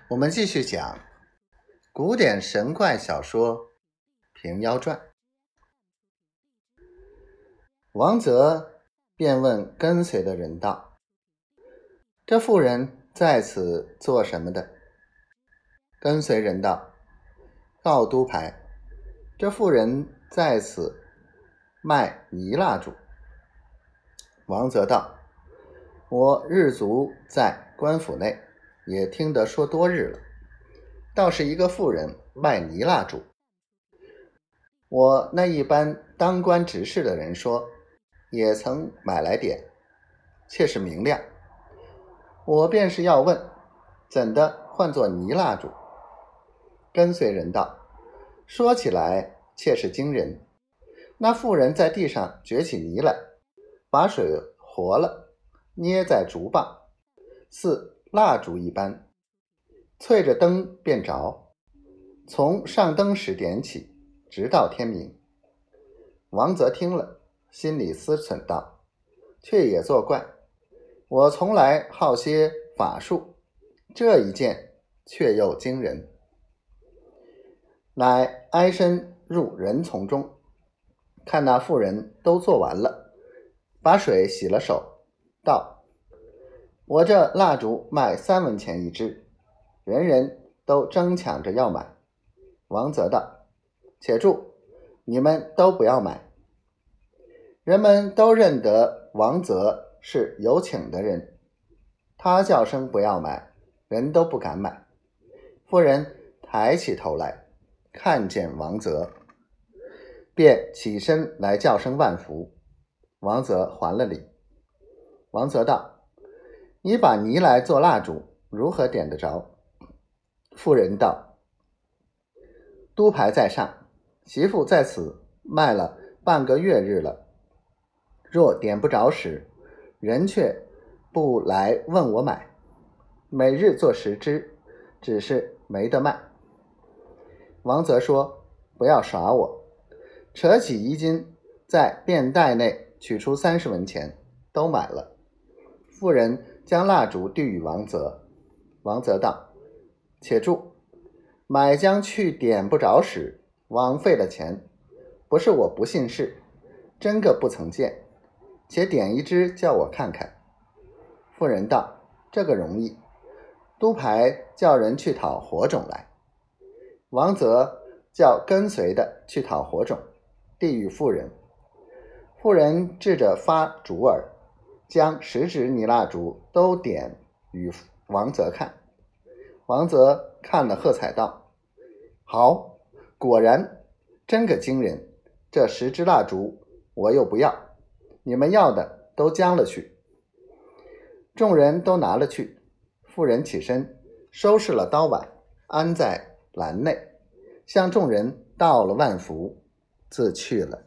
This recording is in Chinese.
我们继续讲古典神怪小说《平妖传》。王泽便问跟随的人道：这妇人在此做什么的？跟随人道：告督牌，这妇人在此卖泥蜡烛。王泽道：我日卒在官府内，也听得说多日了，倒是一个妇人卖泥蜡烛。我那一般当官执事的人说，也曾买来点，却是明亮。我便是要问，怎的换作泥蜡烛？跟随人道：说起来却是惊人。那妇人在地上掘起泥来，把水和了，捏在竹棒，似蜡烛一般，淬着灯便着，从上灯时点起，直到天明。王泽听了，心里思忖道：却也作怪，我从来好些法术，这一件却又惊人。乃挨身入人丛中，看那妇人都做完了，把水洗了手，道：我这蜡烛卖3文钱一支，人人都争抢着要买。王泽道：且住，你们都不要买。人们都认得王泽是有请的人，他叫声不要买，人都不敢买。妇人抬起头来，看见王泽，便起身来叫声万福。王泽还了礼。王泽道：你把泥来做蜡烛，如何点得着？妇人道：督牌在上，媳妇在此卖了半个月日了，若点不着时，人却不来问我买，每日做10支，只是没得卖。王泽说：不要耍我。扯起衣襟，在便袋内取出30文钱，都买了。妇人将蜡烛递与王泽。王泽道：且住，买将去点不着时，枉费了钱，不是我不信事，真个不曾见，且点一支叫我看看。妇人道：这个容易，督牌叫人去讨火种来。王泽叫跟随的去讨火种，递与妇人。妇人掷着发烛耳，将10支泥蜡烛都点与王泽看。王泽看了喝彩道：好，果然真个惊人，这10支蜡烛我又不要，你们要的都将了去。众人都拿了去。妇人起身收拾了刀碗，安在篮内，向众人道了万福，自去了。